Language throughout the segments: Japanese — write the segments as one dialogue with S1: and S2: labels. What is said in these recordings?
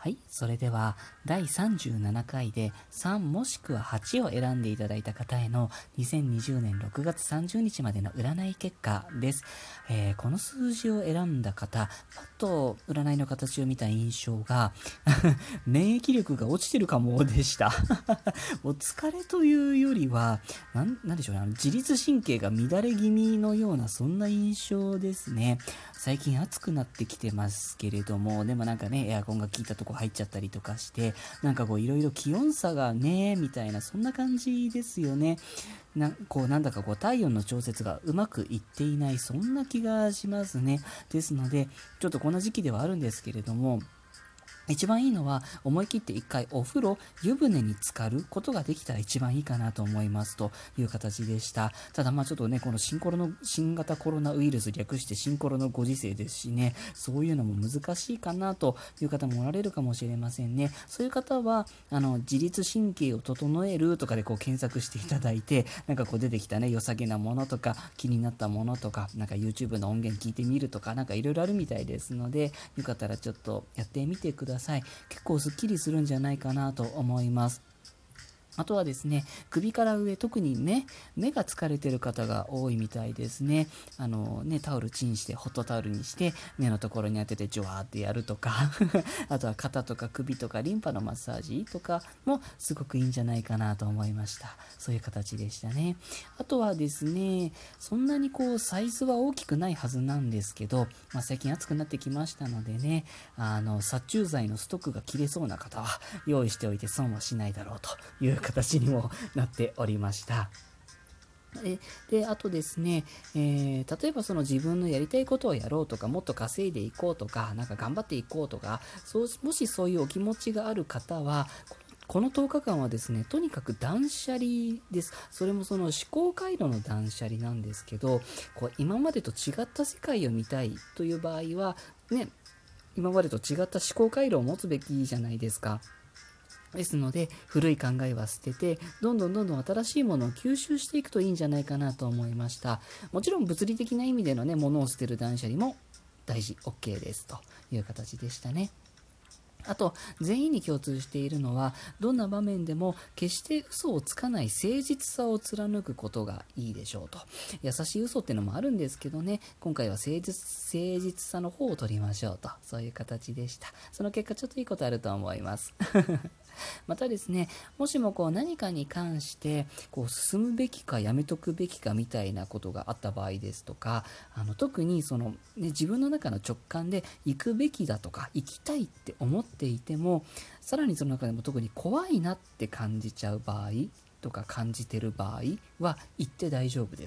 S1: はい、それでは第37回で3もしくは8を選んでいただいた方への2020年6月30日までの占い結果です。この数字を選んだ方、パッと占いの形を見た印象が免疫力が落ちてるかもでした。お疲れというよりは、なんでしょうね、自律神経が乱れ気味のようなそんな印象ですね。最近暑くなってきてますけれども、でもなんかね、エアコンが効いたとこ入っちゃったりとかして、なんかこういろいろ気温差がね、みたいなそんな感じですよね。なんだかこう体温の調節がうまくいっていない、そんな気がしますね。ですので、ちょっとこんな時期ではあるんですけれども、一番いいのは思い切って一回お風呂、湯船に浸かることができたら一番いいかなと思いますという形でした。ただちょっとね、この新型コロナウイルス略して新コロのご時世ですしね、そういうのも難しいかなという方もおられるかもしれませんね。そういう方は自律神経を整えるとかでこう検索していただいて、なんかこう出てきたね、良さげなものとか気になったものとか、なんか YouTube の音源聞いてみるとか、なんかいろいろあるみたいですので、よかったらちょっとやってみてください。結構スッキリするんじゃないかなと思います。あとはですね、首から上、特に目が疲れてる方が多いみたいですね。タオルチンして、ホットタオルにして、目のところに当ててジュワーってやるとか、あとは肩とか首とかリンパのマッサージとかもすごくいいんじゃないかなと思いました。そういう形でしたね。あとはですね、そんなにこう、サイズは大きくないはずなんですけど、最近暑くなってきましたのでね、殺虫剤のストックが切れそうな方は、用意しておいて損はしないだろうという形にもなっておりました。で、あとですね、例えばその自分のやりたいことをやろうとか、もっと稼いでいこうとか、なんか頑張っていこうとか、もしそういうお気持ちがある方は、この10日間はですね、とにかく断捨離です。それもその思考回路の断捨離なんですけど、こう今までと違った世界を見たいという場合は、ね、今までと違った思考回路を持つべきじゃないですか。ですので、古い考えは捨てて、どんどん新しいものを吸収していくといいんじゃないかなと思いました。もちろん物理的な意味でのね、物を捨てる断捨離も大事、OK ですという形でしたね。あと、全員に共通しているのは、どんな場面でも決して嘘をつかない誠実さを貫くことがいいでしょうと。優しい嘘ってのもあるんですけどね、今回は誠実さの方を取りましょうと、そういう形でした。その結果ちょっといいことあると思います。またですね、もしもこう何かに関してこう進むべきかやめとくべきかみたいなことがあった場合ですとか、特にその、自分の中の直感で行くべきだとか行きたいって思っていても、さらにその中でも特に怖いなって感じちゃう場合とか感じてる場合は行って大丈夫です。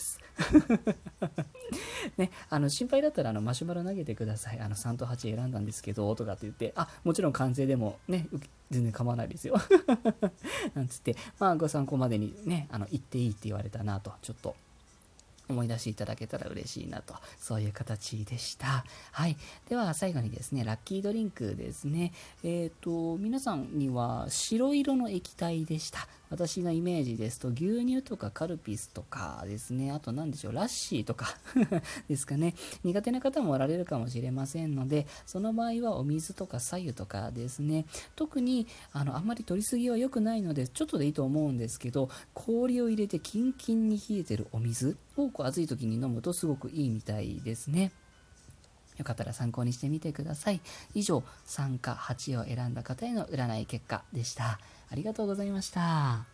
S1: ね、心配だったらマシュマロ投げてください。3と8選んだんですけどとかって言って、もちろん完成でもね、全然構わないですよ。なんつって、ご参考までにね、言っていいって言われたなと、ちょっと思い出していただけたら嬉しいなと、そういう形でした。はい。では最後にですね、ラッキードリンクですね。皆さんには白色の液体でした。私のイメージですと牛乳とかカルピスとかですね、あと何でしょう、ラッシーとかですかね。苦手な方もおられるかもしれませんので、その場合はお水とか白湯とかですね。特にあんまり取りすぎは良くないのでちょっとでいいと思うんですけど、氷を入れてキンキンに冷えてるお水をこう暑い時に飲むとすごくいいみたいですね。よかったら参考にしてみてください。以上、3か8を選んだ方への占い結果でした。ありがとうございました。